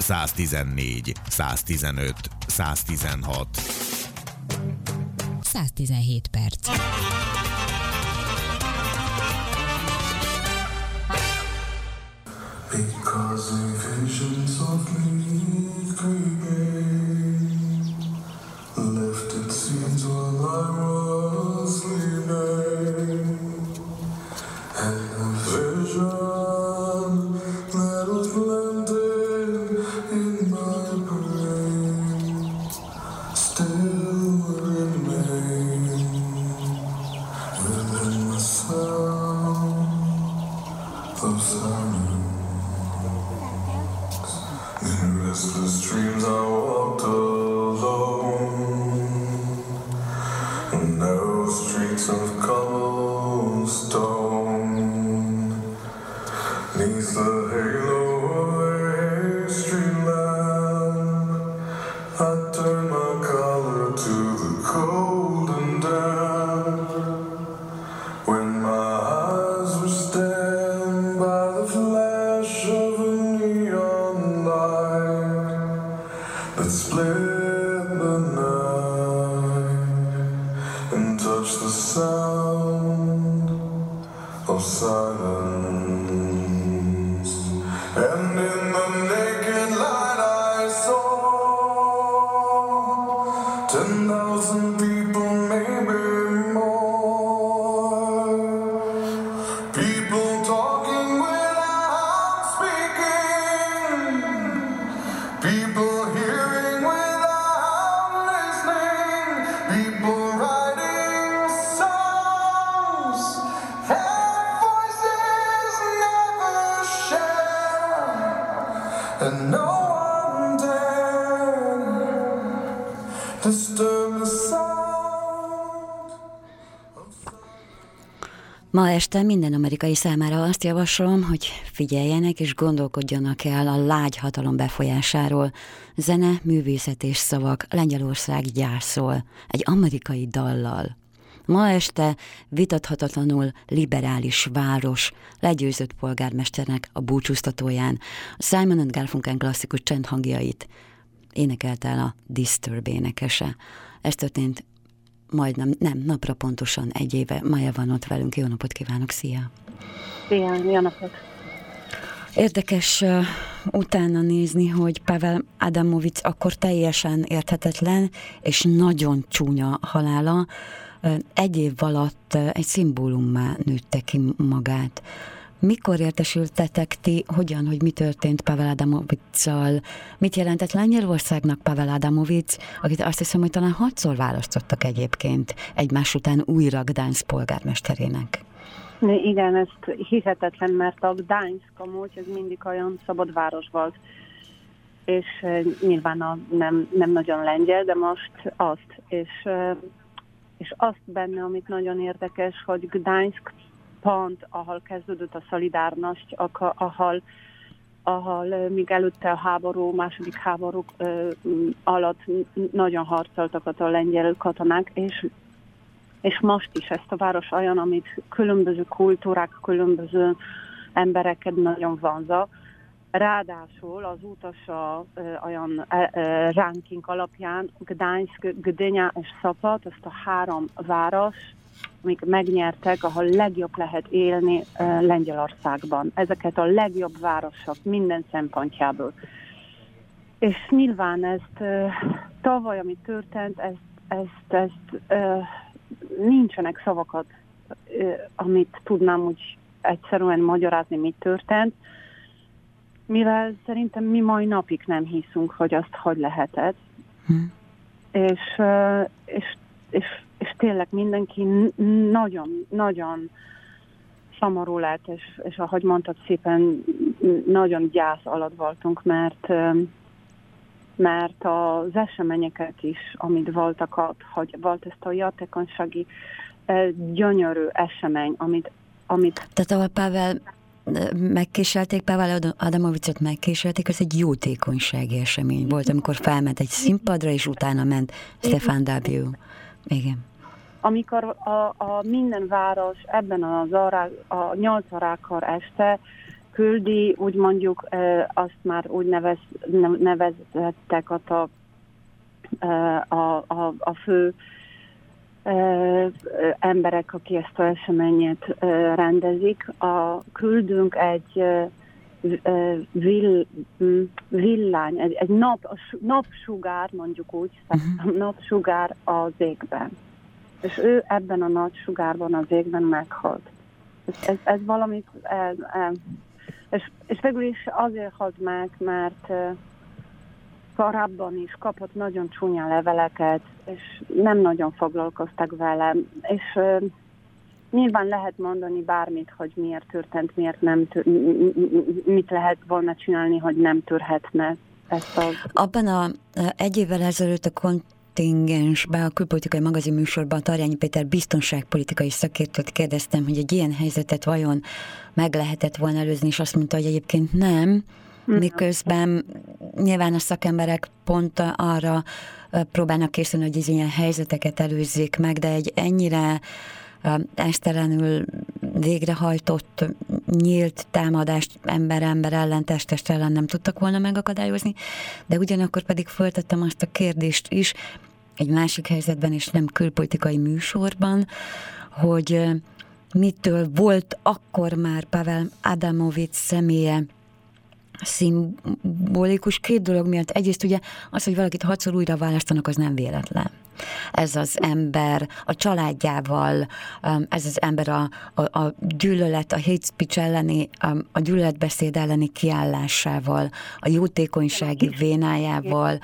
114, 115, 116. 117 perc. Because a vision softly creeping left its seeds while I was sleeping, and a vision that was planted in my brain still remains within the sound of silence. In restless dreams I walked alone, narrow streets of cobblestone, neath the halo of a street lamp, I turned my collar to the cold and damp, when my eyes were stabbed by the flash of a neon light that split the night and touched the sound of silence. And in the naked light I saw 10,000 people, maybe more. People talking without speaking. People hearing without listening. People writing songs and voices never share. And no one dare disturb the sound. Ma este minden amerikai számára azt javaslom, hogy figyeljenek és gondolkodjanak el a lágy hatalom befolyásáról. Zene, művészet és szavak, Lengyelország gyászol, egy amerikai dallal. Ma este vitathatatlanul liberális város legyőzött polgármesternek a búcsúztatóján Simon & Garfunkel klasszikus csendhangjait énekelte el a Disturb énekese. Ez történt majdnem, nem, napra pontosan egy éve. Maja van ott velünk. Jó napot kívánok, szia! Szia, jó napot! Érdekes utána nézni, hogy Pavel Adamovics akkor teljesen érthetetlen és nagyon csúnya halála egy év alatt egy szimbólummá nőtte ki magát. Mikor értesültetek ti, hogyan, hogy mi történt Pavel Adamovics-szal? Mit jelentett Lengyelországnak Pavel Adamovics, akit azt hiszem, hogy talán 6-szor választottak egyébként egymás után újra Gdansk polgármesterének? Igen, ez hihetetlen, mert a Gdansk amúgy ez mindig olyan szabad város volt. És nyilván nem nagyon lengyel, de most azt. És azt benne, amit nagyon érdekes, hogy Gdansk pont, ahol kezdődött a Szolidárnosc, ahol még előtte a háború, második háború alatt nagyon harcoltak a lengyel katonák, és most is ezt a város olyan, amit különböző kultúrák, különböző embereket nagyon vonza. Ráadásul az utolsó olyan ranking alapján Gdansk, Gdynia és Sopot, ezt a 3 város, amik megnyertek, ahol legjobb lehet élni Lengyelországban. Ezeket a legjobb városok minden szempontjából. És nyilván ezt tavaly, ami történt, ezt nincsenek szavakat, amit tudnám úgy egyszerűen magyarázni, mit történt, mivel szerintem mi mai napig nem hiszünk, hogy azt hogy lehetett. És tényleg mindenki nagyon szomorú lett, és ahogy mondtad szépen, nagyon gyász alatt voltunk, mert az eseményeket is, amit voltak ott, hogy volt ezt a jótékonysági gyönyörű esemény, amit... Tehát ahol Pavel megkéselték, Pavel Adamovicsot megkéselték, az egy jótékonysági esemény volt, amikor felment egy színpadra, és utána ment Stefan W. Igen. Amikor a minden város ebben a 8 órakor este küldi, úgy mondjuk azt már úgy neveztettek a fő emberek, aki ezt az eseményet rendezik. Küldünk egy villány, egy napsugár, mondjuk úgy, napsugár az égben. És ő ebben a napsugárban az égben meghalt. Ez valami... És végül is azért halt meg, mert korábban is kapott nagyon csúnya leveleket, és nem nagyon foglalkoztak vele. És nyilván lehet mondani bármit, hogy miért történt, miért nem mit lehet volna csinálni, hogy nem törhetne ezt a... Abban egy évvel ezelőtt a kontingensben, a külpolitikai magazin műsorban Tarjányi Péter biztonságpolitikai szakértőt kérdeztem, hogy egy ilyen helyzetet vajon meg lehetett volna előzni, és azt mondta, hogy egyébként nem, miközben nyilván a szakemberek pont arra próbálnak készülni, hogy az ilyen helyzeteket előzzék meg, de egy ennyire esztelenül végrehajtott nyílt támadást ember ellen, test ellen nem tudtak volna megakadályozni, de ugyanakkor pedig föltettem azt a kérdést is, egy másik helyzetben és nem külpolitikai műsorban, hogy mitől volt akkor már Pavel Adamovics személye szimbolikus. Két dolog miatt. Egyrészt ugye az, hogy valakit 6-szor újra választanak, az nem véletlen. Ez az ember a családjával, ez az ember a gyűlölet, a hate speech elleni, a gyűlöletbeszéd elleni kiállásával, a jótékonysági vénájával,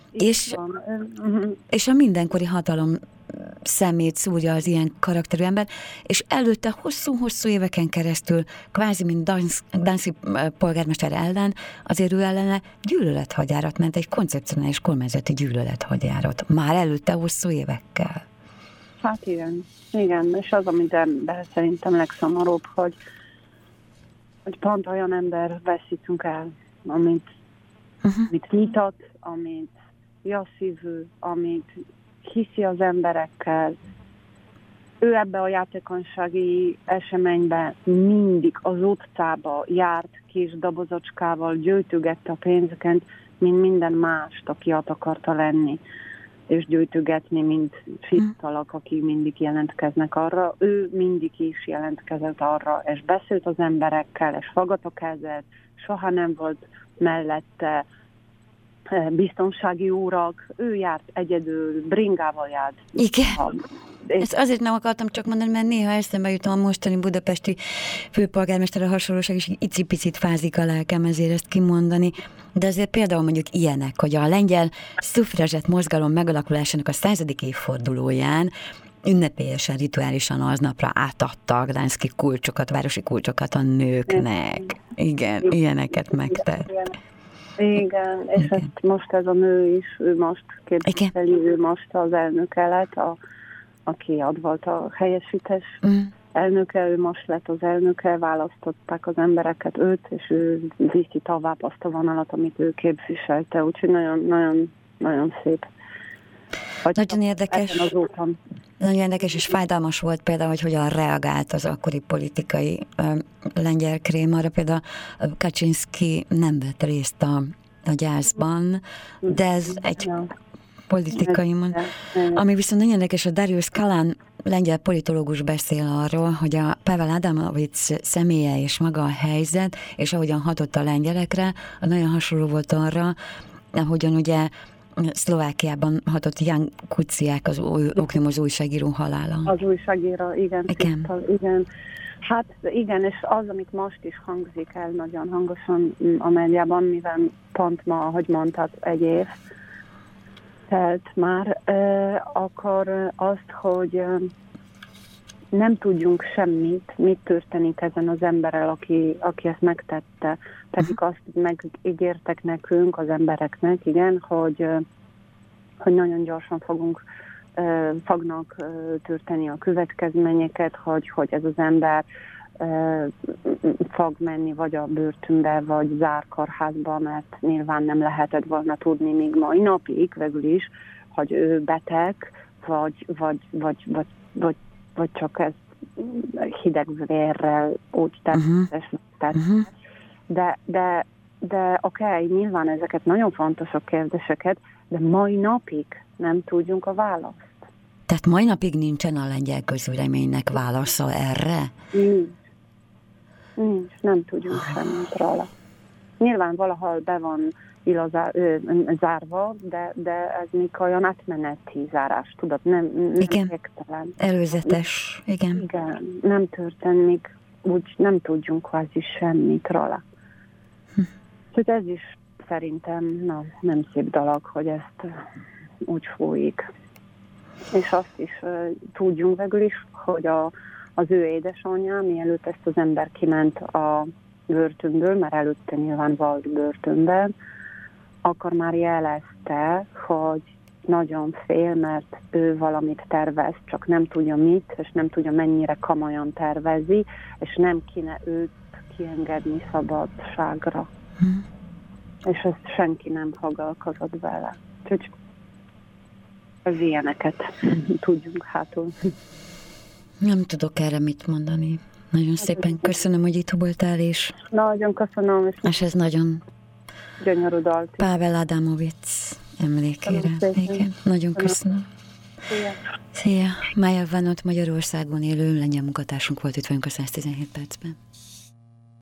és a mindenkori hatalom szemét szúrja az ilyen karakterű ember, és előtte hosszú-hosszú éveken keresztül, kvázi mint Danszki polgármester ellen, azért ő ellene gyűlölethagyjárat ment, egy koncepcionális kormányzati gyűlölethagyjárat. Már előtte hosszú évekkel. Hát igen, és az, amit ember szerintem legszomorúbb, hogy pont olyan ember veszítünk el, amit nyitott, amit jószívű, amit hiszi az emberekkel. Ő ebbe a játékonysági eseményben mindig az utcába járt kis dobozocskával, gyűjtögette a pénzeket, mint minden mást, aki ott akarta lenni, és gyűjtögetni, mint fiatalok, akik mindig jelentkeznek arra. Ő mindig is jelentkezett arra, és beszélt az emberekkel, és fogott a kezet, soha nem volt mellette biztonsági úrak, ő járt egyedül, bringával járt. Igen. Ezt azért nem akartam csak mondani, mert néha eszembe jutom a mostani budapesti főpolgármesterre hasonlóság, és icipicit fázik a lelkem ezért ezt kimondani. De azért például mondjuk ilyenek, hogy a lengyel szufrazsett mozgalom megalakulásának a 100. évfordulóján ünnepélyesen, rituálisan aznapra átadtak Gdanszki kulcsokat, városi kulcsokat a nőknek. Igen, ilyeneket megtett. Igen, és ezt most ez a nő is, ő most képviseli, ő most az elnöke lett, aki ad volt a helyesítés elnöke, ő most lett az elnöke, választották az embereket őt, és ő viszi tovább azt a vonalat, amit ő képviselte, úgyhogy nagyon szép. Nagyon érdekes. Nagyon érdekes és fájdalmas volt például, hogy hogyan reagált az akkori politikai lengyel krém. Arra például Kaczynszki nem vett részt a gyászban, de ez egy politikai mond. Ami viszont nagyon érdekes, a Darius Kalán lengyel politológus beszél arról, hogy a Pavel Adamovics személye és maga a helyzet, és ahogyan hatott a lengyelekre, nagyon hasonló volt arra, ahogyan ugye Szlovákiában hatott Jan Kuciak, az oknyomozó újságíró halála. Az újságíró, igen. Hát igen, és az, amit most is hangzik el nagyon hangosan a médiában, mivel pont ma, ahogy mondtad, egy év telt már, akkor azt, hogy nem tudjunk semmit, mit történik ezen az emberrel, aki ezt megtette. Pedig azt megígértek nekünk, az embereknek, igen, hogy nagyon gyorsan fognak történni a következményeket, hogy ez az ember fog menni vagy a börtönbe, vagy zárkórházba, mert nyilván nem lehetett volna tudni még mai napig végül is, hogy ő beteg, vagy csak ez hideg vérrel úgy tett. de oké, nyilván ezeket nagyon fontosak kérdéseket, de mai napig nem tudjunk a választ. Tehát mai napig nincsen a lengyel közvéleménynek válasza erre? Nincs, nem tudjunk semmit róla. Nyilván valahol be van zárva, de ez még olyan átmeneti zárás, tudod, nem végtelen. Előzetes, igen. Igen, nem történik, úgy nem tudjunk kvázi semmit róla. Úgyhogy ez is szerintem nem szép dolog, hogy ezt úgy folyik. És azt is tudjunk végül is, hogy az ő édesanyja, mielőtt ezt az ember kiment a börtönből, mert előtte nyilván volt börtönben, akkor már jelezte, hogy nagyon fél, mert ő valamit tervez, csak nem tudja mit, és nem tudja mennyire komolyan tervezi, és nem kéne őt kiengedni szabadságra. És ezt senki nem foglalkozott vele. Úgyhogy az ilyeneket tudjunk hátul. Nem tudok erre mit mondani. Nagyon szépen köszönöm, hogy itt voltál, és... Nagyon köszönöm. És ez nagyon... gyönyörű dalt. Pavel Adamovic emlékére. Igen, nagyon köszönöm. Szia. Szia. Mája Vanot Magyarországon élő lengyel munkatársunk volt itt velünk a 117 percben.